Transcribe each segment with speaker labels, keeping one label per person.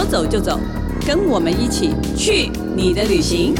Speaker 1: 走就走，跟我们一起去你的旅行。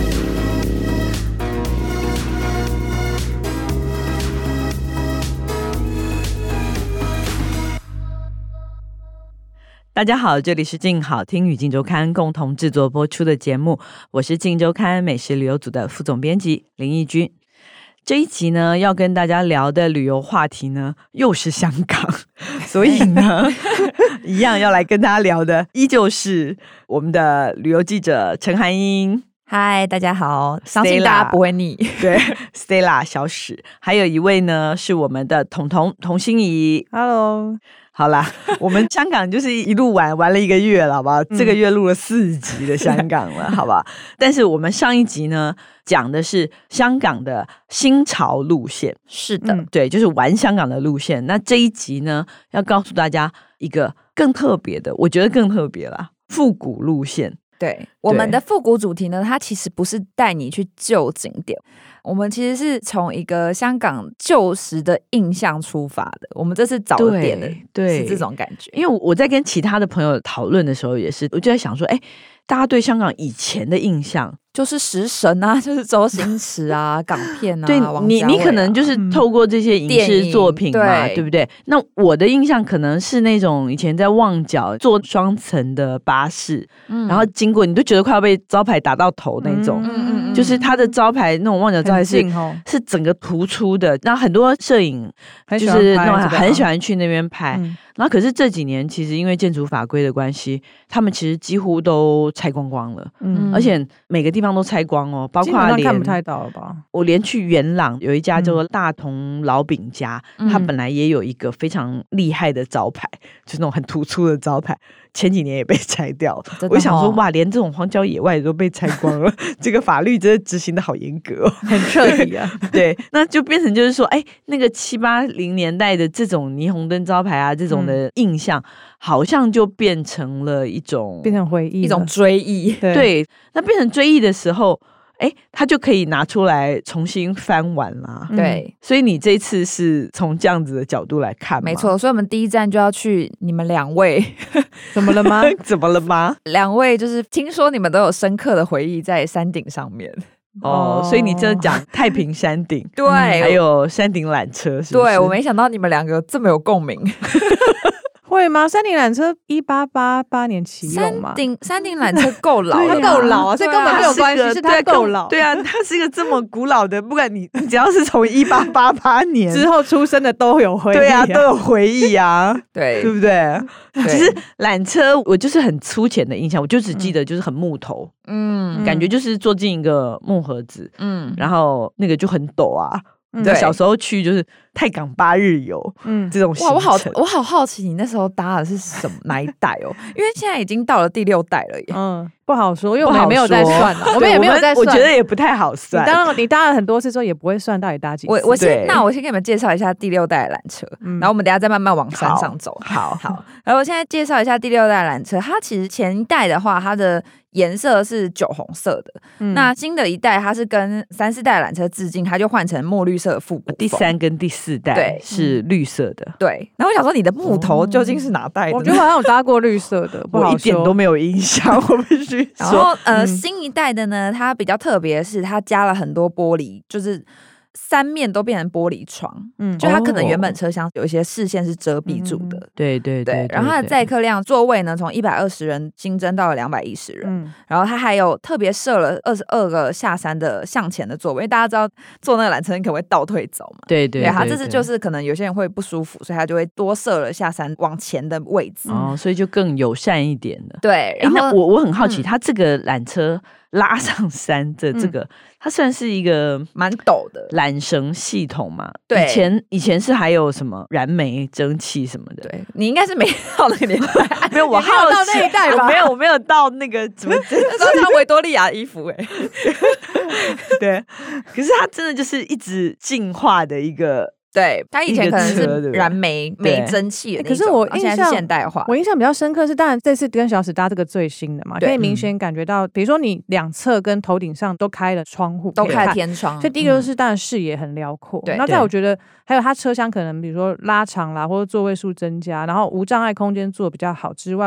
Speaker 1: 大家好，这里是静好听与静周刊共同制作播出的节目，我是静周刊美食旅游组的副总编辑林义君。这一集呢，要跟大家聊的旅游话题呢，又是香港，所以呢，一样要来跟大家聊的，依旧是我们的旅游记者陈涵英。
Speaker 2: 嗨，大家好，相信大家不会腻。
Speaker 1: 对 ，Stella 小史，还有一位呢是我们的童心怡。
Speaker 3: Hello。
Speaker 1: 好啦，我们香港就是一路玩了1个月了，好不好？这个月录了4集的香港了，好不好？但是我们上一集呢，讲的是香港的新潮路线，
Speaker 2: 是的，
Speaker 1: 对，就是玩香港的路线。那这一集呢，要告诉大家一个更特别的，我觉得更特别啦，复古路线。
Speaker 2: 对，我们的复古主题呢，它其实不是带你去旧景点，我们其实是从一个香港旧时的印象出发的。我们这次找的点的是这种感觉。
Speaker 1: 因为我在跟其他的朋友讨论的时候，也是我就在想说，大家对香港以前的印象
Speaker 2: 就是食神啊，就是周星驰啊，港片啊，
Speaker 1: 对
Speaker 2: 王家卫啊，
Speaker 1: 你可能就是透过这些影视作品嘛，对不对？那我的印象可能是那种以前在旺角坐双层的巴士，然后经过你都觉得快要被招牌打到头那种，就是它的招牌那种旺角招牌是整个突出的，然后很多摄影就是那种很喜欢去那边拍。然后可是这几年其实因为建筑法规的关系，他们其实几乎都拆光光了，而且每个地方都拆光哦，包括连
Speaker 3: 看不太到了吧？
Speaker 1: 我连去元朗有一家叫做大同老饼家，它本来也有一个非常厉害的招牌，就是那种很突出的招牌，前几年也被拆掉了。我想说，哇，连这种荒郊野外都被拆光了，这个法律真的执行的好严格哦，
Speaker 3: 很彻底啊。
Speaker 1: 对，那就变成就是说，那个7、80年代的这种霓虹灯招牌啊，这种的印象，好像就变成了变成
Speaker 3: 回忆，
Speaker 2: 一种追忆。
Speaker 1: 对，那变成追忆的时候，他就可以拿出来重新翻玩啦。
Speaker 2: 对，
Speaker 1: 所以你这次是从这样子的角度来看吗？
Speaker 2: 没错，所以我们第一站就要去你们2位。
Speaker 3: 怎么了吗？
Speaker 1: 怎么了吗
Speaker 2: ？2位就是听说你们都有深刻的回忆在山顶上面。
Speaker 1: 所以你这讲太平山顶，
Speaker 2: 对，
Speaker 1: 还有山顶缆车，是不是？
Speaker 2: 对，我没想到你们2个这么有共鸣。
Speaker 3: 会吗？山顶缆车1888年启用嘛？
Speaker 2: 山顶缆车够老了，
Speaker 3: 够老啊，所以根本没有关系，是它够老。
Speaker 1: 对啊，它是一个这么古老的，不管你只要是从1888年
Speaker 3: 之后出生的都有回忆，
Speaker 1: 对啊，都有回忆啊，
Speaker 2: 对
Speaker 1: 不对？其实缆车我就是很粗浅的印象，我就只记得就是很木头，感觉就是坐进一个木盒子，然后那个就很陡啊。对，小时候去就是泰港8日游，这种行程。
Speaker 2: 哇，我好好奇你那时候搭的是哪一代哦？因为现在已经到了第6代了耶。
Speaker 3: 不好说，因为我们也没有在算了，我们也没有在算，
Speaker 1: 我觉得也不太好算。
Speaker 3: 你搭了很多次之后，也不会算到底搭几次。
Speaker 2: 我先给你们介绍一下第6代的缆车，然后我们等一下再慢慢往山上走。
Speaker 1: 好，
Speaker 2: 然后我现在介绍一下第6代缆车，它其实前一代的话，它的颜色是酒红色的，那新的一代它是跟3、4代缆车致敬，它就换成墨绿色的复古风。
Speaker 1: 第3跟第4代是绿色的。
Speaker 2: 对，然后我想说你的木头究竟是哪代的？
Speaker 3: 我觉得好像有搭过绿色的，不好说，
Speaker 1: 我一点都没有印象，我必须说。
Speaker 2: 然后新一代的呢，它比较特别的是，它加了很多玻璃，就是3面都变成玻璃窗，就它可能原本车厢有一些视线是遮蔽住的，
Speaker 1: 对。
Speaker 2: 然后它的载客量座位呢，从120人新增到了210人，然后它还有特别设了22个下山的向前的座位，因为大家知道坐那个缆车你可能会倒退走嘛，对，它这次就是可能有些人会不舒服，所以它就会多设了下山往前的位置，
Speaker 1: 所以就更友善一点了。
Speaker 2: 对，然后
Speaker 1: 那我很好奇，它这个缆车拉上山的这个，它算是一个
Speaker 2: 蛮陡的
Speaker 1: 缆绳系统嘛？
Speaker 2: 对，
Speaker 1: 以前是还有什么燃煤蒸汽什么的。
Speaker 2: 对，你应该是没到那个年代，
Speaker 1: 没有，我好
Speaker 3: 到那一代吧？
Speaker 1: 我没有到那个怎么
Speaker 2: 那时候穿维多利亚衣服
Speaker 1: 对，可是它真的就是一直进化的一个。
Speaker 2: 对，它以前可能是燃煤蒸汽的那种，
Speaker 3: 可是我
Speaker 2: 印象现代化。
Speaker 3: 我印象比较深刻是，当然这次跟小史搭这个最新的嘛，可以明显感觉到，比如说你2侧跟头顶上都开了窗户，
Speaker 2: 都开了天窗，
Speaker 3: 所以第一个就是当然视野很辽阔。那再我觉得还有它车厢可能比如说拉长啦，或者座位数增加，然后无障碍空间做比较好之外，我觉得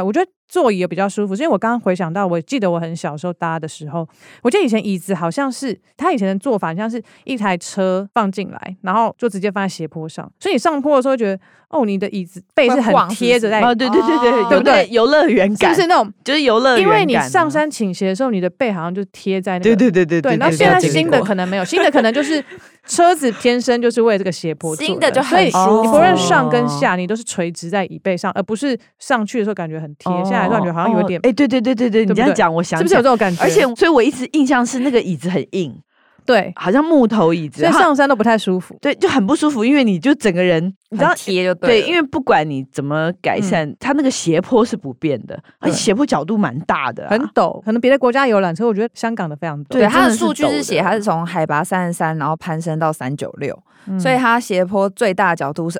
Speaker 3: 座椅也比较舒服，因为我刚刚回想到，我记得我很小时候搭的时候，我记得以前椅子好像是他以前的做法，像是一台车放进来，然后就直接放在斜坡上，所以你上坡的时候觉得你的椅子背是很贴着在，
Speaker 1: 对对对对，对不对？游乐园感，
Speaker 3: 是不是那种
Speaker 1: 就是游乐园感？
Speaker 3: 因为你上山倾斜的时候，你的背好像就贴在那个，
Speaker 1: 对对对对
Speaker 3: 对。然后现在新的可能没有，新的可能就是车子天生就是为这个斜坡做的，
Speaker 2: 新的就很舒服。
Speaker 3: 你不论上跟下，你都是垂直在椅背上，而不是上去的时候感觉很贴，下来的时候感觉好像有点，
Speaker 1: 对对对对对，你这样讲，我想
Speaker 3: 是不是有这种感觉？
Speaker 1: 而且，所以我一直印象是那个椅子很硬。
Speaker 3: 对，
Speaker 1: 好像木头椅子，
Speaker 3: 所以上山都不太舒服。
Speaker 1: 对，就很不舒服，因为你就整个人你知道
Speaker 2: 贴就对。
Speaker 1: 对，因为不管你怎么改善，它那个斜坡是不变的，而且斜坡角度蛮大的，
Speaker 3: 很陡。可能别的国家有缆车，我觉得香港的非常陡。
Speaker 2: 对，它的数据是写它是从海拔33，然后攀升到396，所以它斜坡最大角度是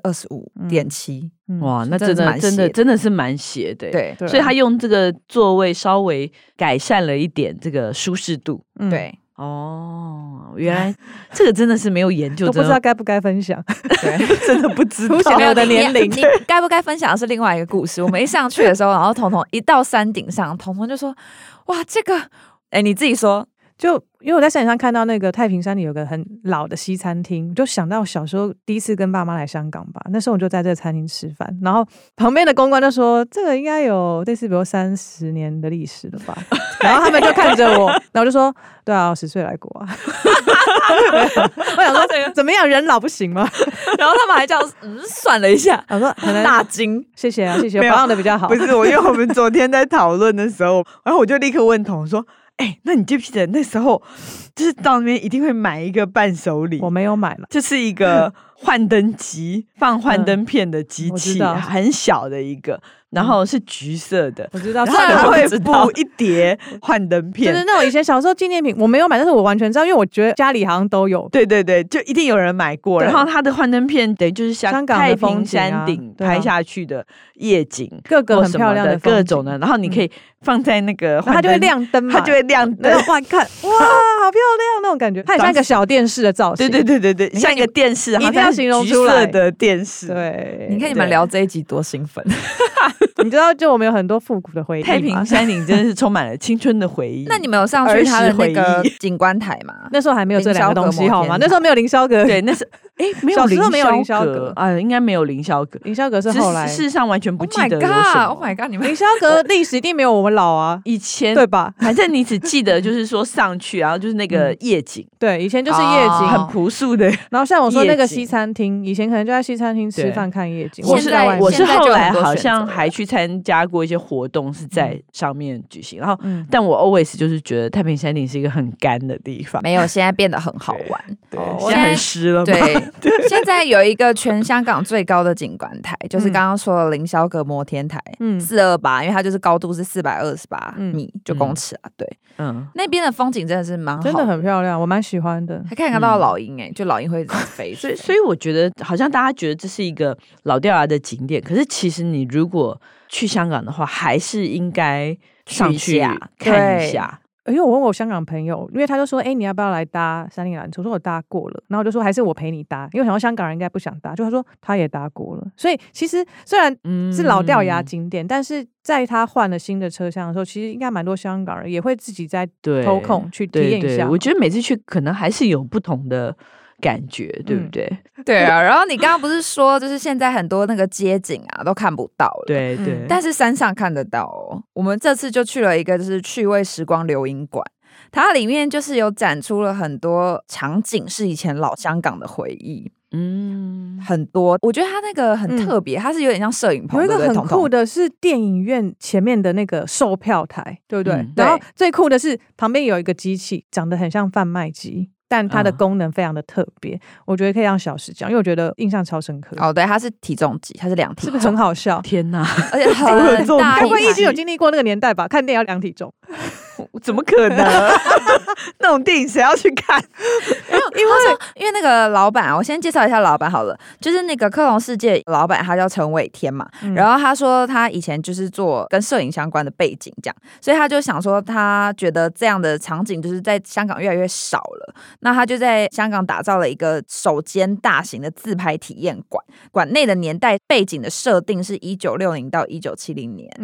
Speaker 2: 25.7。
Speaker 1: 哇，那真的是蛮斜的。
Speaker 2: 对，
Speaker 1: 所以他用这个座位稍微改善了一点这个舒适度。
Speaker 2: 对。
Speaker 1: 原来这个真的是没有研究，
Speaker 3: 都不知道该不该分享。
Speaker 1: 对，真的不知道。
Speaker 3: 没有的年龄，
Speaker 2: 你该不该分享的是另外一个故事。我们一上去的时候，然后彤彤一到山顶上，彤彤就说：“哇，这个，你自己说。”
Speaker 3: 就因为我在山顶上看到那个太平山里有个很老的西餐厅，就想到小时候第一次跟爸妈来香港吧，那时候我就在这个餐厅吃饭，然后旁边的公关就说这个应该有类似比如30年的历史了吧，然后他们就看着我，然后我就说对啊，我10岁来过啊。我想说怎么样，人老不行吗？
Speaker 2: 然后他们还这样算了一下，
Speaker 3: 我说可能
Speaker 2: 大惊，
Speaker 3: 谢谢啊，谢谢，我保养的比较好。
Speaker 1: 不是我，因为我们昨天在讨论的时候，然后我就立刻问彤说。那你记不记得那时候就是到那边一定会买一个伴手礼？
Speaker 3: 我没有买了，
Speaker 1: 就是一个幻灯机，放幻灯片的机器，很小的一个，然后是橘色的，
Speaker 3: 我知道，
Speaker 1: 然后它会布一叠幻灯片，
Speaker 3: 就是那种以前小时候纪念品，我没有买，但是我完全知道，因为我觉得家里好像都有。
Speaker 1: 对对对，就一定有人买过。然后它的幻灯片等于就是香港太平山顶拍下去的夜景，
Speaker 3: 各个很漂亮的
Speaker 1: 各种的，然后你可以放在那个幻灯，
Speaker 3: 它就会亮灯嘛，
Speaker 1: 它就会亮灯，
Speaker 3: 哇，看哇，好漂亮那种感觉，它很像一个小电视的造型。
Speaker 1: 对对对对对，像一个电视，
Speaker 3: 一定要形容出来
Speaker 1: 的电视。
Speaker 3: 对，
Speaker 2: 你看你们聊这一集多兴奋。
Speaker 3: 你知道，就我们有很多复古的回忆。
Speaker 1: 太平山顶真的是充满了青春的回忆。
Speaker 2: 那你们有上去它的那个景观台吗？
Speaker 3: 那时候还没有这两个东西，好吗？那时候没有凌霄阁。
Speaker 1: 对，那是没有凌霄阁啊，应该没有凌霄阁。
Speaker 3: 凌霄阁是后来，
Speaker 1: 事实上完全不记得有什么。
Speaker 2: Oh my god！ 你们
Speaker 3: 凌霄阁历史一定没有我们老啊，
Speaker 1: 以前
Speaker 3: 对吧？
Speaker 1: 反正你只记得就是说上去，然后就是那个夜景。
Speaker 3: 对，以前就是夜景，
Speaker 1: 很朴素的。
Speaker 3: 然后像我说那个西餐厅，以前可能就在西餐厅吃饭看夜景。
Speaker 1: 我是后来好像还去参加过一些活动，是在上面举行。然后，但我 always 就是觉得太平山顶是一个很干的地方。
Speaker 2: 没有，现在变得很好玩。
Speaker 1: 对，现在很湿了。
Speaker 2: 对，现在有一个全香港最高的景观台，就是刚刚说的凌霄阁摩天台，428，因为它就是高度是428米，就公尺啊。对，那边的风景真的是蛮好的，
Speaker 3: 真的很漂亮，我蛮喜欢的。
Speaker 2: 还看到老鹰就老鹰会飞。
Speaker 1: 所以我觉得好像大家觉得这是一个老掉牙的景点，可是其实你如果去香港的话，还是应该上去看一下。
Speaker 3: 因为我问我香港朋友，因为他就说你要不要来搭山顶缆车？我说我搭过了，然后我就说还是我陪你搭，因为我想说香港人应该不想搭，就他说他也搭过了。所以其实虽然是老掉牙景点，但是在他换了新的车厢的时候，其实应该蛮多香港人也会自己在抽空去体验一下。
Speaker 1: 我觉得每次去可能还是有不同的感觉，对不对？
Speaker 2: 对啊，然后你刚刚不是说，就是现在很多那个街景啊都看不到了，
Speaker 1: 对对，
Speaker 2: 但是山上看得到哦。我们这次就去了一个就是趣味时光留影馆，它里面就是有展出了很多场景，是以前老香港的回忆。很多，我觉得它那个很特别，它是有点像摄影棚。
Speaker 3: 有一个很酷的是电影院前面的那个售票台，对不对？然后最酷的是旁边有一个机器，长得很像贩卖机。但它的功能非常的特别，我觉得可以让小时讲，因为我觉得印象超深刻。
Speaker 2: 对，它是体重机，它是量体重，
Speaker 3: 是不是很好笑？
Speaker 1: 天哪，
Speaker 2: 而且很大，
Speaker 3: 不会义军有经历过那个年代吧？看电影要量体重。
Speaker 1: 怎么可能？那种电影谁要去看？
Speaker 2: 因为那个老板，我先介绍一下老板好了，就是那个科隆世界老板，他叫陈伟天嘛。然后他说他以前就是做跟摄影相关的背景，这样，所以他就想说，他觉得这样的场景就是在香港越来越少了。那他就在香港打造了一个首间大型的自拍体验馆，馆内的年代背景的设定是1960到1970年。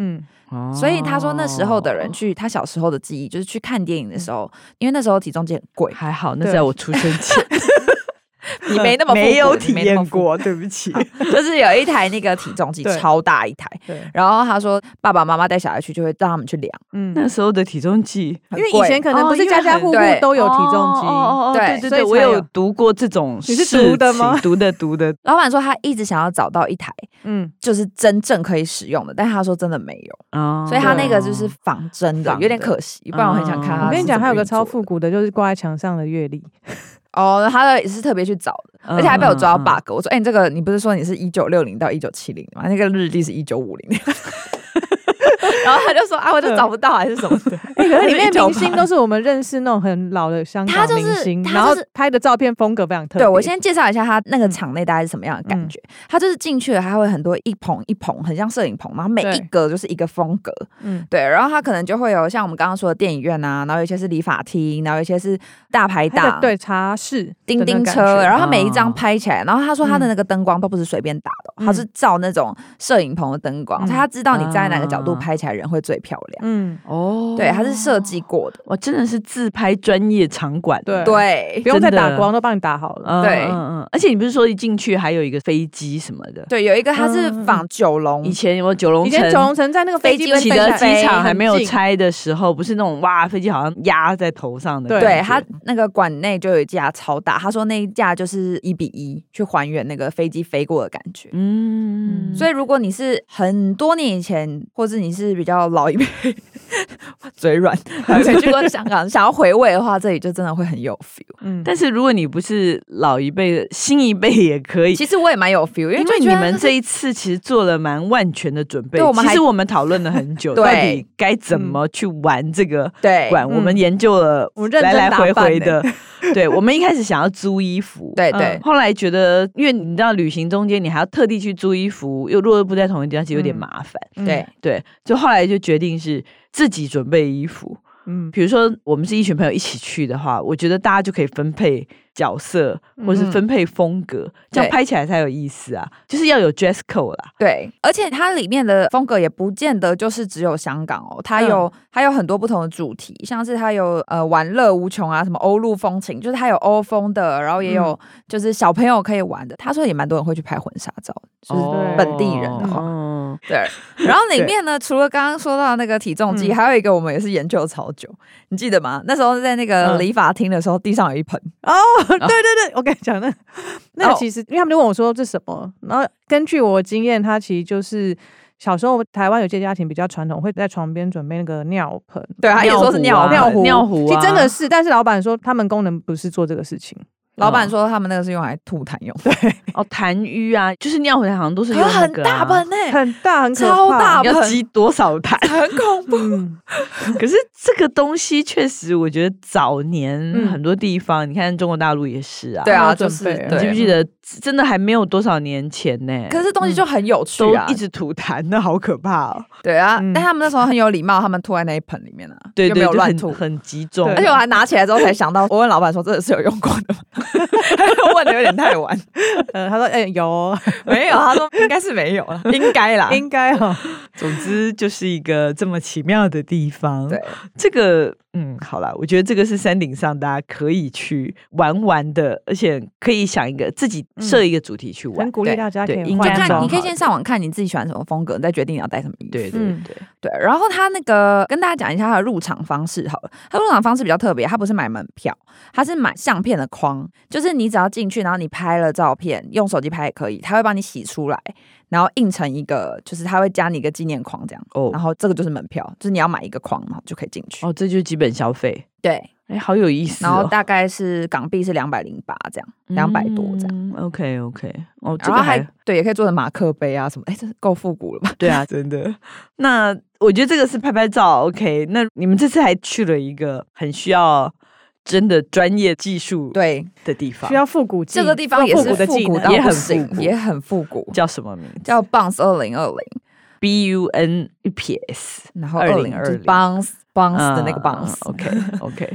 Speaker 2: 所以他说那时候的人去他小时候的记忆就是去看电影的时候，因为那时候体重计很贵，
Speaker 1: 还好那在我出生前。
Speaker 2: 你没那么
Speaker 1: 没有体验过，对不起。
Speaker 2: 就是有一台那个体重计，超大一台。然后他说爸爸妈妈带小孩去就会让他们去量。
Speaker 1: 那时候的体重计，
Speaker 3: 因为以前可能不是家家户户都有体重
Speaker 1: 机。对，我有读过这种。
Speaker 3: 你是读的吗？
Speaker 1: 读的。
Speaker 2: 老板说他一直想要找到一台，就是真正可以使用的，但他说真的没有。所以他那个就是仿真的，有点可惜。不然我很想看他。
Speaker 3: 我跟你讲，还有个超复古的，就是挂在墙上的月历。
Speaker 2: 他也是特别去找的，而且还被我抓到 bug。我说，你这个你不是说你是1960到1970吗？那个日历是1950。然后他就说我就找不到还是什么的。
Speaker 3: 可是里面明星都是我们认识那种很老的香港明星，然后拍的照片风格非常特别。
Speaker 2: 对，我先介绍一下他那个场内大概是什么样的感觉。他就是进去了，他会很多一棚一棚，很像摄影棚，然后每一格就是一个风格。对，然后他可能就会有像我们刚刚说的电影院啊，然后有一些是理发厅，然后有一些是大排档，
Speaker 3: 对，茶室、
Speaker 2: 叮叮车，然后他每一张拍起来，然后他说他的那个灯光都不是随便打的，他是照那种摄影棚的灯光，所以他知道你站在哪个角度拍起来人会最漂亮。对，他是设计过的。
Speaker 1: 哇，真的是自拍专业场馆。
Speaker 2: 对，
Speaker 3: 不用再打光，都帮你打好了。
Speaker 2: 对，
Speaker 1: 而且你不是说一进去还有一个飞机什么的？
Speaker 2: 对，有一个它是仿九龙。
Speaker 1: 以前有九龙城，
Speaker 3: 以前九龙城在那个飞机
Speaker 1: 启德机场还没有拆的时候，不是那种哇飞机好像压在头上的。
Speaker 2: 对，他那个馆内就有一架超大，他说那一架就是1:1去还原那个飞机飞过的感觉。所以如果你是很多年以前，或是你是比较老一辈，嘴软，没去过香港，想要回味的话，这里就真的会很有 feel。
Speaker 1: 但是如果你不是老一辈的，新一辈也可以。
Speaker 2: 其实我也蛮有 feel，因为
Speaker 1: 你们这一次其实做了蛮万全的准备。其实我们讨论了很久，到底该怎么去玩这个馆。我们研究了来来回回的。对，我们一开始想要租衣服，
Speaker 2: 对，
Speaker 1: 后来觉得，因为你知道旅行中间你还要特地去租衣服，又如果不在同一个地方，其实有点麻烦。对，就后来就决定是自己准备衣服。比如说我们是一群朋友一起去的话，我觉得大家就可以分配角色或是分配风格，这样拍起来才有意思啊，就是要有 dress code 啦。
Speaker 2: 对，而且它里面的风格也不见得就是只有香港哦，它有很多不同的主题，像是它有玩乐无穷啊，什么欧陆风情，就是它有欧风的，然后也有就是小朋友可以玩的。他说也蛮多人会去拍婚纱照，就是本地人的话。对，然后里面呢，除了刚刚说到那个体重计，还有一个我们也是研究超久，你记得吗？那时候在那个理发厅的时候，地上有一盆。
Speaker 3: 对，我跟你讲，那其实因为他们就问我说这什么，然后根据我的经验，它其实就是小时候台湾有些家庭比较传统，会在床边准备那个尿盆。
Speaker 2: 对，他也说是尿
Speaker 1: 壶，
Speaker 3: 其实真的是，但是老板说他们功能不是做这个事情。
Speaker 2: 老板说他们那个是用来吐痰用。
Speaker 3: 对，
Speaker 1: 痰盂啊，就是尿壶好像都是用那个
Speaker 2: 很大盆
Speaker 3: 很大很可怕，
Speaker 2: 超大盆，
Speaker 1: 要积多少痰，
Speaker 2: 很恐怖。
Speaker 1: 可是这个东西确实，我觉得早年很多地方，你看中国大陆也是啊。
Speaker 2: 对啊，就是
Speaker 1: 你记不记得，真的还没有多少年前呢？
Speaker 2: 可是东西就很有趣啊，
Speaker 1: 都一直吐痰，那好可怕哦。
Speaker 2: 对啊，但他们那时候很有礼貌，他们吐在那一盆里面啊，
Speaker 1: 对，
Speaker 2: 没有乱吐，
Speaker 1: 很集中。
Speaker 2: 而且我还拿起来之后才想到，我问老板说：“这是有用过的吗？”问的有点太晚。
Speaker 3: 他说：“有，
Speaker 2: 没有？”他说：“应该是没有了，应该啦，
Speaker 3: 应该哦。”
Speaker 1: 总之就是一个这么奇妙的地方。
Speaker 2: 对，
Speaker 1: 这个好啦，我觉得这个是山顶上大家可以去玩的，而且可以想一个自己设一个主题去玩，
Speaker 3: 很鼓励大家可以
Speaker 1: 应该
Speaker 2: 你可以先上网看你自己喜欢什么风格，再决定你要带什么衣服。
Speaker 1: 对。
Speaker 2: 然后他那个跟大家讲一下他的入场方式好了，他入场方式比较特别，他不是买门票，他是买相片的框，就是你只要进去，然后你拍了照片，用手机拍也可以，他会帮你洗出来，然后印成一个，就是他会加你一个纪念框这样。然后这个就是门票，就是你要买一个框，然后就可以进去。
Speaker 1: 这就是基本消费。
Speaker 2: 对，
Speaker 1: 好有意思。
Speaker 2: 然后大概是港币是208这样，200多这样。
Speaker 1: OK，
Speaker 2: 这个还对，也可以做成马克杯啊什么。这够复古了吧？
Speaker 1: 对啊，真的。那我觉得这个是拍照 OK。那你们这次还去了一个很需要真的专业技术的地方，
Speaker 3: 需要复古。
Speaker 2: 这个地方也是复古到不行，也很复古。
Speaker 1: 叫什么名字？
Speaker 2: 叫 Bounce 2020。
Speaker 1: BUNPS，
Speaker 2: 然后2020 Bounce 的那个 Bounce。
Speaker 1: OK。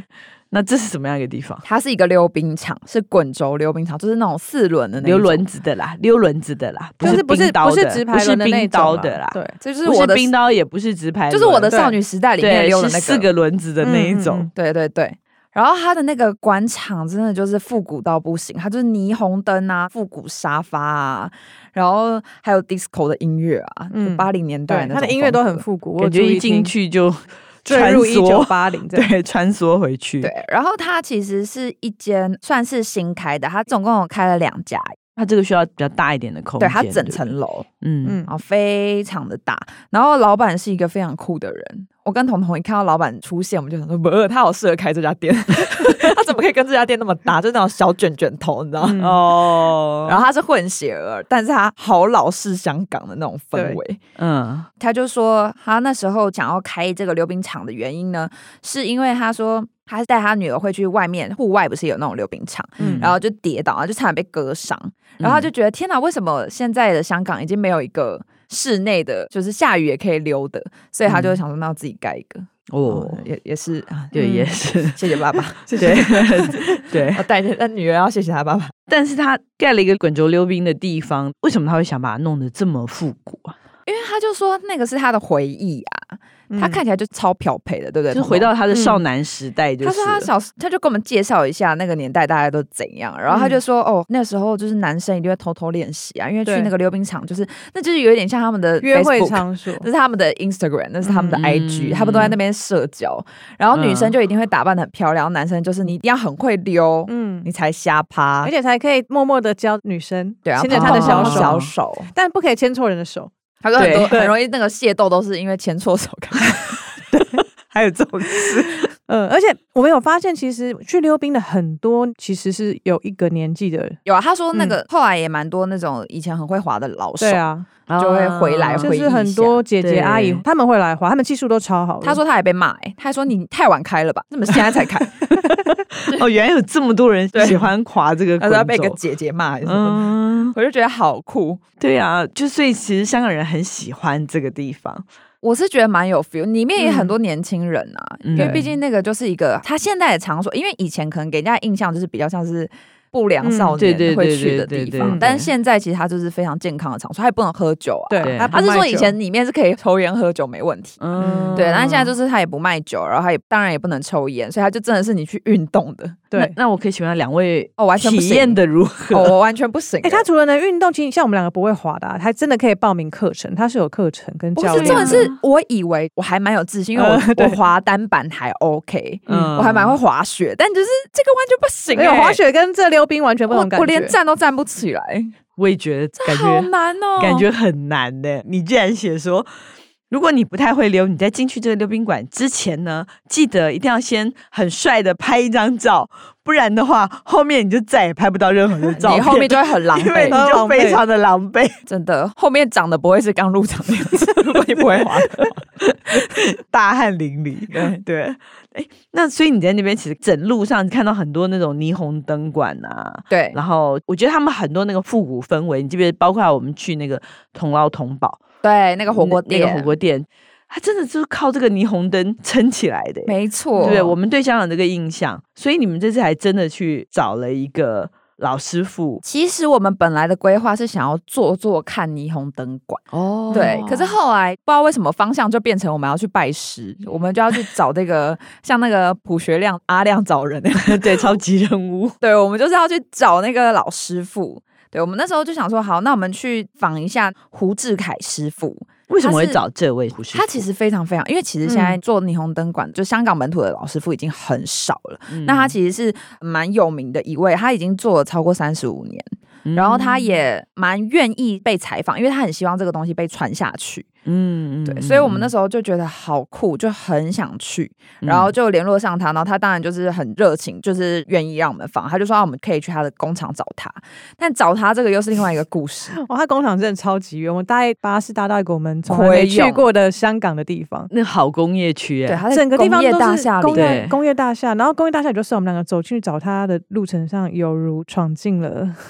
Speaker 1: 那这是什么样一个地方？
Speaker 2: 它是一个溜冰场，是滚轴溜冰场，就是那种4轮的那种
Speaker 1: 溜轮子的啦，不是冰刀的，
Speaker 3: 不是直排轮的那种
Speaker 1: 啦。
Speaker 2: 对，这就是我的
Speaker 1: 冰刀，也不是直排轮，
Speaker 2: 就是我的少女时代里面溜的那个
Speaker 1: 4个轮子的那一种。
Speaker 2: 对对对。然后它的那个广场真的就是复古到不行，它就是霓虹灯啊、复古沙发啊，然后还有 disco 的音乐啊，80年代那种，
Speaker 3: 它的音乐都很复古，
Speaker 1: 感觉一进去就
Speaker 3: 坠入1980，
Speaker 1: 对，穿梭回去。
Speaker 2: 对，然后它其实是一间算是新开的，它总共有开了2家。
Speaker 1: 它这个需要比较大一点的空间，
Speaker 2: 对，它整层楼，然后非常的大，然后老板是一个非常酷的人。我跟彤彤一看到老板出现，我们就想说，不，他好适合开这家店，他怎么可以跟这家店那么搭？就那种小卷卷头，你知道吗？哦，然后他是混血儿，但是他好老式香港的那种氛围。他就说他那时候想要开这个溜冰场的原因呢，是因为他说他带他女儿会去外面户外，不是有那种溜冰场，然后就跌倒，然后就差点被割伤，然后他就觉得天哪，为什么现在的香港已经没有一个室内的，就是下雨也可以溜的，所以他就想说，那要自己盖一个。也是
Speaker 1: 对，也是
Speaker 2: 谢谢爸爸，
Speaker 1: 谢谢对，
Speaker 2: 我带着女儿要谢谢他爸爸。
Speaker 1: 但是他盖了一个滚轴溜冰的地方，为什么他会想把它弄得这么复古啊？
Speaker 2: 因为他就说那个是他的回忆啊。他看起来就超漂配的，对不对？
Speaker 1: 就回到他的少男时代，就是。
Speaker 2: 他说他就跟我们介绍一下那个年代大家都怎样，然后他就说那时候就是男生一定会偷偷练习啊，因为去那个溜冰场那就是有一点像他们的 Facebook,
Speaker 3: 约会场所，
Speaker 2: 那是他们的 Instagram， 那是他们的 IG，他们都在那边社交，然后女生就一定会打扮得很漂亮，男生就是你一定要很会溜，你才瞎趴，
Speaker 3: 而且才可以默默的教女生，
Speaker 2: 对啊，
Speaker 3: 牵着她的小
Speaker 2: 手，
Speaker 3: 但不可以牵错人的手。
Speaker 2: 他说很容易那个械斗都是因为牵错手。
Speaker 1: 对，还有这种事。
Speaker 3: 而且我们有发现，其实去溜冰的很多其实是有一个年纪的人。
Speaker 2: 有啊，他说那个后来也蛮多那种以前很会滑的老手。对
Speaker 3: 啊。
Speaker 2: 就会回来回忆一下，
Speaker 3: 就是很多姐姐阿姨他们会来滑，他们技术都超好。
Speaker 2: 他说他也被骂，他还说你太晚开了吧，怎么现在才开？
Speaker 1: 原来有这么多人喜欢滑这个滚轴，
Speaker 2: 他被一个姐姐骂还是什么我就觉得好酷。
Speaker 1: 对啊，就所以其实香港人很喜欢这个地方。
Speaker 2: 我是觉得蛮有 feel， 里面也很多年轻人啊，因为毕竟那个就是一个他现在的场所，因为以前可能给人家的印象就是比较像是不良少年会去的地方，但是现在其实它就是非常健康的场所，它也不能喝酒啊。
Speaker 3: 对，
Speaker 2: 他是说以前里面是可以抽烟喝酒没问题，对，但是现在就是他也不卖酒，然后他也当然也不能抽烟，所以他就真的是你去运动的。
Speaker 3: 对，
Speaker 1: 那我可以请问2位
Speaker 2: 完全
Speaker 1: 体验的如何？
Speaker 2: 我完全不行。
Speaker 3: 他除了能运动，其实像我们2个不会滑的，还真的可以报名课程，他是有课程跟教练。
Speaker 2: 真的是我以为我还蛮有自信，因为我滑单板还 OK，我还蛮会滑雪，但就是这个完全不行。
Speaker 3: 没有滑雪跟这溜冰完全不同感觉，
Speaker 2: 我连站都站不起来。
Speaker 1: 我也觉得感觉
Speaker 2: 好难哦，
Speaker 1: 感觉很难的。你既然写说，如果你不太会溜，你在进去这个溜冰馆之前呢，记得一定要先很帅的拍一张照，不然的话，后面你就再也拍不到任何的照片，
Speaker 2: 你后面就会很狼狈，
Speaker 1: 因为你就非常的狼狈。
Speaker 2: 真的，后面长得不会是刚入场的样子，如果你不会滑的话，
Speaker 1: 大汗淋漓。对，那所以你在那边其实整路上看到很多那种霓虹灯管啊，
Speaker 2: 对，
Speaker 1: 然后我觉得他们很多那个复古氛围，你记不记得？包括我们去那个同捞同宝。
Speaker 2: 对，那个火锅店，
Speaker 1: 那个火锅店，它真的就是靠这个霓虹灯撑起来的。
Speaker 2: 没错，
Speaker 1: 对，我们对香港这个印象，所以你们这次还真的去找了一个老师傅。
Speaker 2: 其实我们本来的规划是想要做看霓虹灯馆对，可是后来不知道为什么方向就变成我们要去拜师，我们就要去找这个像那个卜学亮阿亮找人
Speaker 1: 对，超级任务。
Speaker 2: 对，我们就是要去找那个老师傅。对，我们那时候就想说，好，那我们去访一下胡志凯师傅。
Speaker 1: 为什么会找这位胡师傅？
Speaker 2: 他其实非常非常，因为其实现在做霓虹灯管，就香港本土的老师傅已经很少了。那他其实是蛮有名的一位，他已经做了超过35年。然后他也蛮愿意被采访，因为他很希望这个东西被传下去。对，所以我们那时候就觉得好酷，就很想去，然后就联络上他，然后他当然就是很热情，就是愿意让我们访，他就说我们可以去他的工厂找他，但找他这个又是另外一个故事。
Speaker 3: 他工厂真的超级远，我搭巴士搭到一个我们从来没去过的香港的地方，
Speaker 1: 那好工业区
Speaker 2: 对，他整个地方都是
Speaker 3: 工业大厦，然后工业大厦也就是我们2个走进去找他的路程上，犹如闯进了。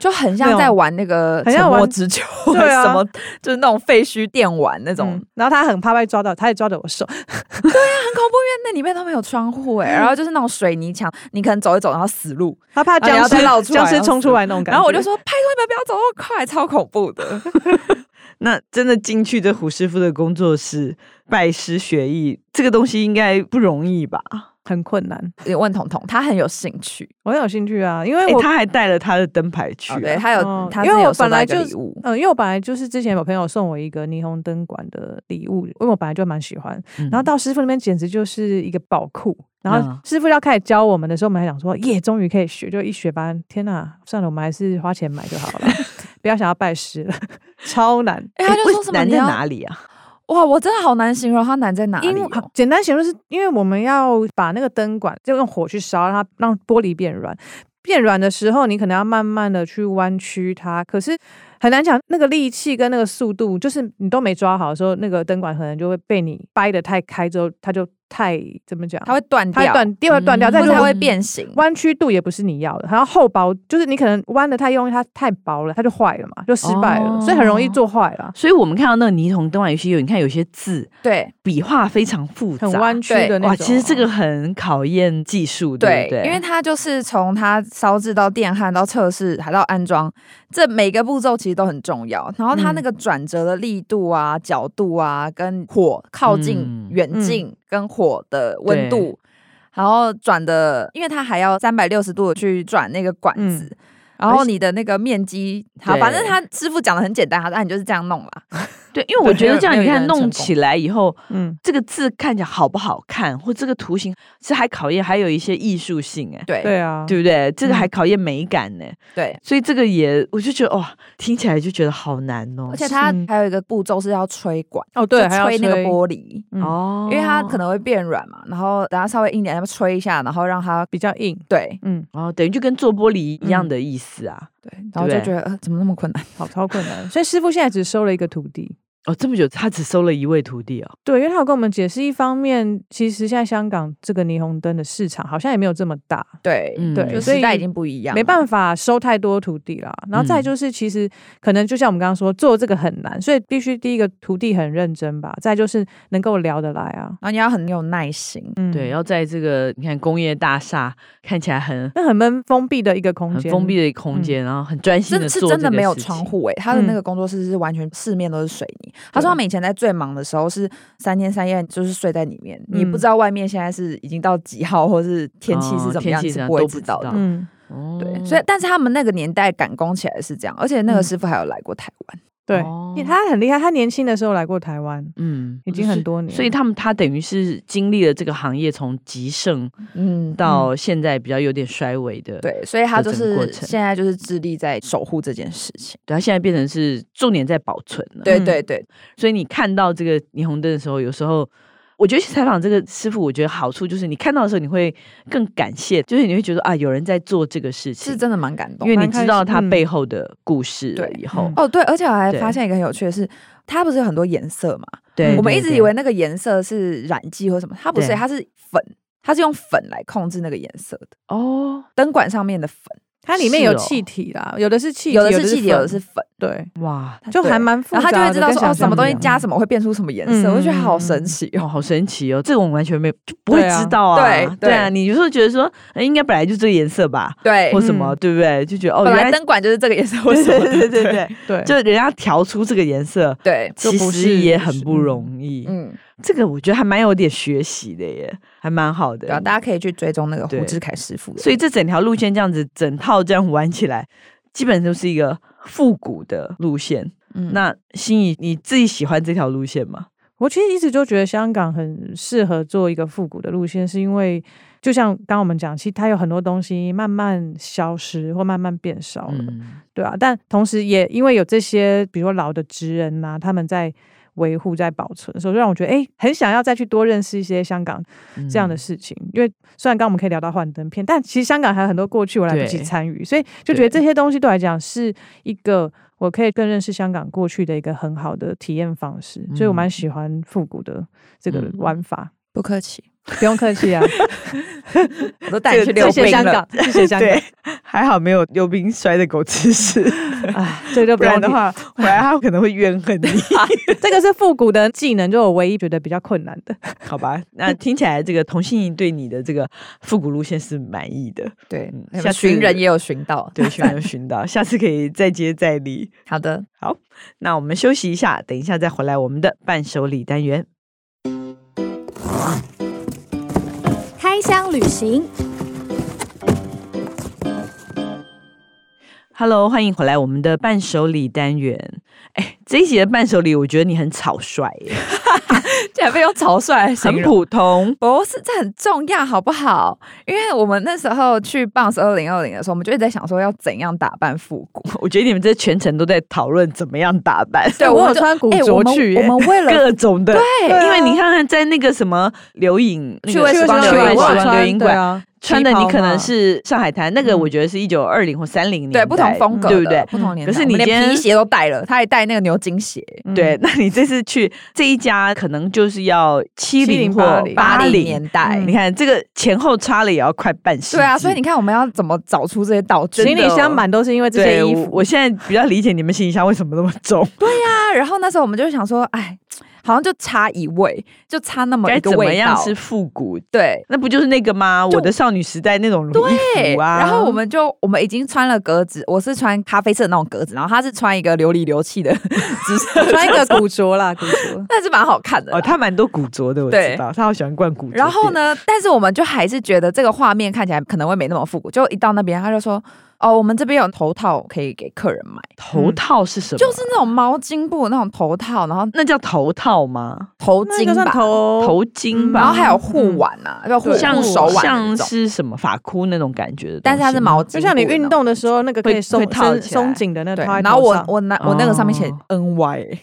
Speaker 2: 就很像在玩那个沉默之球，对啊，什么就是那种废墟电玩那种。
Speaker 3: 然后他很怕被抓到，他也抓着我手。
Speaker 2: 对啊，很恐怖，因为那里面都没有窗户然后就是那种水泥墙，你可能走一走然后死路，
Speaker 3: 他怕僵尸冲出来那种感觉。
Speaker 2: 然后我就说拜托你们不要走那么快，超恐怖的。
Speaker 1: 那真的进去这胡师傅的工作室拜师学艺，这个东西应该不容易吧？
Speaker 3: 很困难。
Speaker 2: 也问彤彤，他很有兴趣，
Speaker 3: 我很有兴趣啊，因为
Speaker 1: 他还带了他的灯牌去，
Speaker 2: 对，他有，他
Speaker 3: 因为我
Speaker 2: 本来就
Speaker 3: 因为我本来就是之前有朋友送我一个霓虹灯管的礼物，因为我本来就蛮喜欢，然后到师傅那边简直就是一个宝库。然后师傅要开始教我们的时候，我们还想说耶，终于可以学，就一学班，天哪，算了，我们还是花钱买就好了，不要想要拜师了，超难。
Speaker 2: 他就说什么
Speaker 1: 难在哪里啊？
Speaker 2: 哇，我真的好难形容它难在哪里
Speaker 3: 简单形容是因为我们要把那个灯管就用火去烧，让玻璃变软。变软的时候，你可能要慢慢的去弯曲它，可是很难讲那个力气跟那个速度，就是你都没抓好的时候，那个灯管可能就会被你掰得太开之后，它就太怎么讲？
Speaker 2: 它会断掉，
Speaker 3: 它会断掉，
Speaker 2: 或者它会变形，
Speaker 3: 弯曲度也不是你要的。然后厚薄就是你可能弯得太用力，它太薄了，它就坏了嘛，就失败了，所以很容易做坏了。
Speaker 1: 所以我们看到那个霓虹灯管游戏，你看有些字，
Speaker 2: 对，
Speaker 1: 笔画非常复杂，
Speaker 3: 很弯曲的那种。
Speaker 1: 哇，其实这个很考验技术，对不对？
Speaker 2: 因为它就是从它烧制到电焊到测试还到安装，这每个步骤其实都很重要。然后它那个转折的力度啊、角度啊，跟火靠近、远近跟火的温度，然后转的，因为它还要360度去转那个管子。然后你的那个面积，好，反正他师傅讲的很简单，他说你就是这样弄啦。
Speaker 1: 对，因为我觉得这样你看弄起来以后，这个字看起来好不好看，或这个图形是还考验还有一些艺术性
Speaker 3: 对啊，
Speaker 1: 对不对？这个还考验美感
Speaker 2: 对，
Speaker 1: 所以这个也我就觉得哇，听起来就觉得好难哦。
Speaker 2: 而且它还有一个步骤是要吹管
Speaker 3: 对，
Speaker 2: 吹那个玻璃因为它可能会变软嘛，然后等它稍微硬点，要吹一下，然后让它
Speaker 3: 比较硬，
Speaker 2: 对，
Speaker 1: 等于就跟做玻璃一样的意思啊。
Speaker 2: 对，然后就觉得怎么那么困难，
Speaker 3: 超困难。所以师傅现在只收了一个徒弟。
Speaker 1: 这么久他只收了一位徒弟
Speaker 3: 对，因为他有跟我们解释，一方面其实现在香港这个霓虹灯的市场好像也没有这么大，
Speaker 2: 对，
Speaker 3: 所以
Speaker 2: 时代已经不一样，
Speaker 3: 没办法收太多徒弟啦。然后再就是其实可能就像我们刚刚说做这个很难，所以必须第一个徒弟很认真吧，再就是能够聊得来啊，
Speaker 2: 然后你要很有耐心，
Speaker 1: 对，要在这个你看工业大厦看起来很
Speaker 3: 封闭的一个空间，
Speaker 1: 很封闭的一个空间，然后很专心的做这个事情，
Speaker 2: 是真的没有窗户他的那个工作室是完全四面都是水泥。他说他们以前在最忙的时候是3天3夜就是睡在里面，你不知道外面现在是已经到几号，或是天气是怎么样，你是不会知道的。对，所以但是他们那个年代赶工起来是这样，而且那个师傅还有来过台湾。
Speaker 3: 对，他很厉害，他年轻的时候来过台湾，已经很多年，
Speaker 1: 所以他等于是经历了这个行业从极盛，到现在比较有点衰微的，
Speaker 2: 对，所以他就是现在就是致力在守护这件事情，
Speaker 1: 对，他现在变成是重点在保存了，
Speaker 2: 对对对，
Speaker 1: 所以你看到这个霓虹灯的时候，有时候。我觉得去采访这个师傅，我觉得好处就是你看到的时候，你会更感谢，就是你会觉得有人在做这个事情，
Speaker 2: 是真的蛮感动，
Speaker 1: 因为你知道他背后的故事了以后。
Speaker 2: 对，而且我还发现一个很有趣的是，它不是有很多颜色嘛？
Speaker 1: 对，
Speaker 2: 我们一直以为那个颜色是染剂或什么，它不是，它是粉，它是用粉来控制那个颜色的灯管上面的粉。
Speaker 3: 它里面有气体啦，有的是气体，
Speaker 2: 有的是气体，有的是粉。
Speaker 3: 对，
Speaker 1: 哇，
Speaker 3: 就还蛮复杂的，
Speaker 2: 然后他就会知道说什么东西加什么会变出什么颜色，我就觉得好神奇
Speaker 1: 好神奇这个我们完全就不会知道啊。对啊，你有时候觉得说应该本来就这个颜色吧，
Speaker 2: 对，
Speaker 1: 或什么，对不对？就觉得
Speaker 2: 原来灯管就是这个颜色，或什么，
Speaker 3: 对，
Speaker 1: 就人家调出这个颜色，
Speaker 2: 对，
Speaker 1: 其实也很不容易。这个我觉得还蛮有点学习的耶，还蛮好的。
Speaker 2: 对啊，大家可以去追踪那个胡志凯师傅。
Speaker 1: 所以这整条路线这样子，整套这样玩起来，基本都是一个复古的路线。那心怡，你自己喜欢这条路线吗？
Speaker 3: 我其实一直就觉得香港很适合做一个复古的路线，是因为就像刚刚我们讲，其实它有很多东西慢慢消失或慢慢变少了，对啊。但同时也因为有这些，比如说老的职人啊，他们在维护在保存，所以让我觉得很想要再去多认识一些香港这样的事情。因为虽然刚刚我们可以聊到幻灯片，但其实香港还有很多过去我来不及参与，所以就觉得这些东西对我来讲是一个我可以更认识香港过去的一个很好的体验方式，所以我蛮喜欢复古的这个玩法。
Speaker 2: 不客气。
Speaker 3: 不用客气啊，
Speaker 2: 我都带你去溜冰了。
Speaker 3: 谢谢香港。
Speaker 1: 对，还好没有溜冰摔得狗吃屎。
Speaker 3: 哎，这就
Speaker 1: 不然的话，回来他可能会怨恨你。
Speaker 3: 这个是复古的技能，就我唯一觉得比较困难的。
Speaker 1: 好吧，那听起来这个童心怡对你的这个复古路线是满意的。
Speaker 2: 对，下次寻人也有寻到，
Speaker 1: 对，寻人有寻到，下次可以再接再厉。
Speaker 2: 好的，
Speaker 1: 好，那我们休息一下，等一下再回来我们的伴手礼单元。
Speaker 4: 开箱旅行。
Speaker 1: Hello， 欢迎回来我们的伴手礼单元。这一集的伴手礼，我觉得你很草率耶，
Speaker 2: 竟然被用草率来形容，
Speaker 1: 很普通。
Speaker 2: 不是，这很重要，好不好？因为我们那时候去 Bounce 2020的时候，我们就一直在想说要怎样打扮复古。
Speaker 1: 我觉得你们这全程都在讨论怎么样打扮。
Speaker 3: 对，我有穿古着去，
Speaker 2: 我们为了
Speaker 1: 各种的，
Speaker 2: 对，
Speaker 1: 因为你看看在那个什么留影
Speaker 2: 趣味时光
Speaker 1: 留影馆。穿的你可能是上海滩那个，我觉得是1920或30年代，
Speaker 2: 对，不同风格，
Speaker 1: 对不对？
Speaker 2: 不同年代。
Speaker 1: 可是你
Speaker 2: 连皮鞋都带了，他还带那个牛津鞋。
Speaker 1: 对，那你这次去这一家，可能就是要70或80
Speaker 2: 年代。
Speaker 1: 你看这个前后差了也要快半世纪。
Speaker 2: 对啊，所以你看我们要怎么找出这些道具？
Speaker 3: 行李箱满都是因为这些衣服。
Speaker 1: 我现在比较理解你们行李箱为什么那么重。
Speaker 2: 对呀，然后那时候我们就想说，哎。好像就差一味，就差那么一个味道。该怎么
Speaker 1: 样是复古？
Speaker 2: 对，
Speaker 1: 那不就是那个吗？我的少女时代那种衣服啊。
Speaker 2: 然后我们已经穿了格子，我是穿咖啡色的那种格子，然后他是穿一个流里流气的紫色，
Speaker 3: 穿一个古着啦，古着，
Speaker 2: 但是蛮好看的。
Speaker 1: 哦，他蛮多古着的，我知道，他好喜欢逛古着。
Speaker 2: 然后呢，但是我们就还是觉得这个画面看起来可能会没那么复古，就一到那边他就说。哦，我们这边有头套可以给客人买。
Speaker 1: 头套是什么？
Speaker 2: 就是那种毛巾布那种头套，然后
Speaker 1: 那叫头套吗？
Speaker 2: 头巾吧，
Speaker 1: 头巾吧。
Speaker 2: 然后还有护腕啊，要护手腕，
Speaker 1: 像是什么发箍那种感觉的。
Speaker 2: 但是它是毛巾，
Speaker 3: 就像你运动的时候那个可以松紧的那个。
Speaker 2: 然后我那个上面写 NY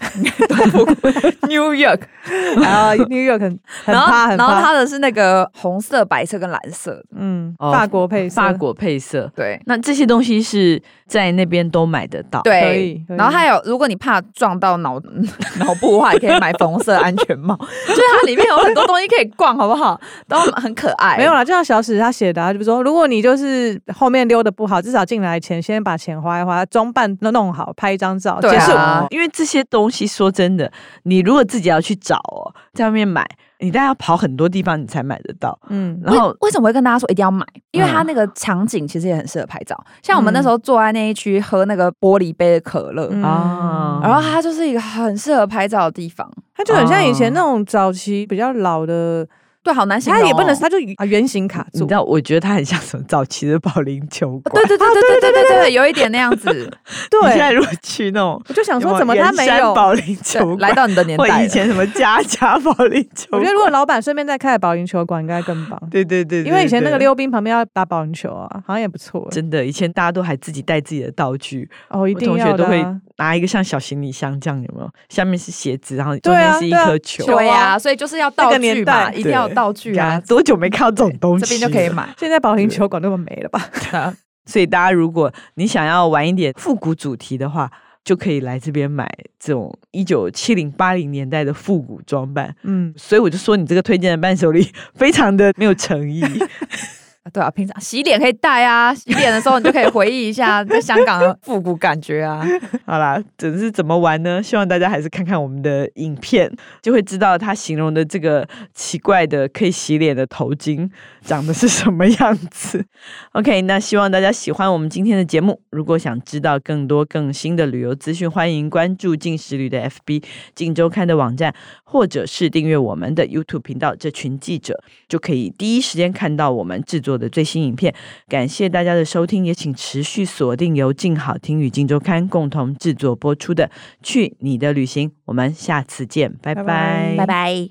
Speaker 2: New York，
Speaker 3: 然后 New York 很怕很怕。
Speaker 2: 然后它的是那个红色、白色跟蓝色，
Speaker 3: 法国配色，
Speaker 1: 法国配色。
Speaker 2: 对，
Speaker 1: 那这些东西是在那边都买得到，
Speaker 2: 对。然后还有，如果你怕撞到脑部的话，也可以买粉红色安全帽。就是它里面有很多东西可以逛，好不好？都很可爱。
Speaker 3: 没有啦，就像小史他写的，就是说，如果你就是后面溜的不好，至少进来前先把钱花一花，装扮都弄好，拍一张照结束。
Speaker 1: 因为这些东西说真的，你如果自己要去找在外面买。你大概要跑很多地方你才买得到，然后
Speaker 2: 为什么会跟大家说一定要买？因为它那个场景其实也很适合拍照。像我们那时候坐在那一区喝那个玻璃杯的可乐然后它就是一个很适合拍照的地方。
Speaker 3: 它就很像以前那种早期比较老的。
Speaker 2: 对，好难形容。
Speaker 3: 它也不能，它就圆形卡住。
Speaker 1: 你知道，我觉得它很像什么早期的保龄球馆。
Speaker 2: 对，有一点那样子。
Speaker 3: 对，
Speaker 1: 你现在如果去那种，
Speaker 3: 我就想说，怎么它没有
Speaker 1: 保龄球馆？
Speaker 2: 来到你的年代，
Speaker 1: 或以前什么家保龄球馆？
Speaker 3: 我觉得如果老板顺便再开保龄球馆，应该更棒。
Speaker 1: 对，
Speaker 3: 因为以前那个溜冰旁边要打保龄球啊，好像也不错。
Speaker 1: 真的，以前大家都还自己带自己的道具。
Speaker 3: 一定要的。
Speaker 1: 同学都会拿一个像小行李箱这样，有没有？下面是鞋子，然后中间是一颗球。
Speaker 2: 对啊，所以就是要道具嘛，一定要有道具啊。
Speaker 1: 多久没看到这种东西？
Speaker 2: 这边就可以买。
Speaker 3: 现在保龄球馆都没了吧？
Speaker 1: 所以大家如果你想要玩一点复古主题的话，就可以来这边买这种1970、80年代的复古装扮。所以我就说你这个推荐的伴手礼非常的没有诚意。
Speaker 2: 对啊，平常洗脸可以带啊，洗脸的时候你就可以回忆一下在香港的复古感觉啊。
Speaker 1: 好啦，这是怎么玩呢？希望大家还是看看我们的影片，就会知道他形容的这个奇怪的可以洗脸的头巾长得是什么样子。OK， 那希望大家喜欢我们今天的节目。如果想知道更多更新的旅游资讯，欢迎关注镜时旅的 FB、镜周刊的网站，或者是订阅我们的 YouTube 频道。这群记者就可以第一时间看到我们制作的最新影片。感谢大家的收听，也请持续锁定由镜好听与镜周刊共同制作播出的《去你的旅行》，我们下次见，拜拜，
Speaker 2: 拜拜。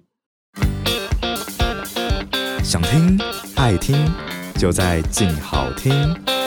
Speaker 5: 想听爱听，就在镜好听。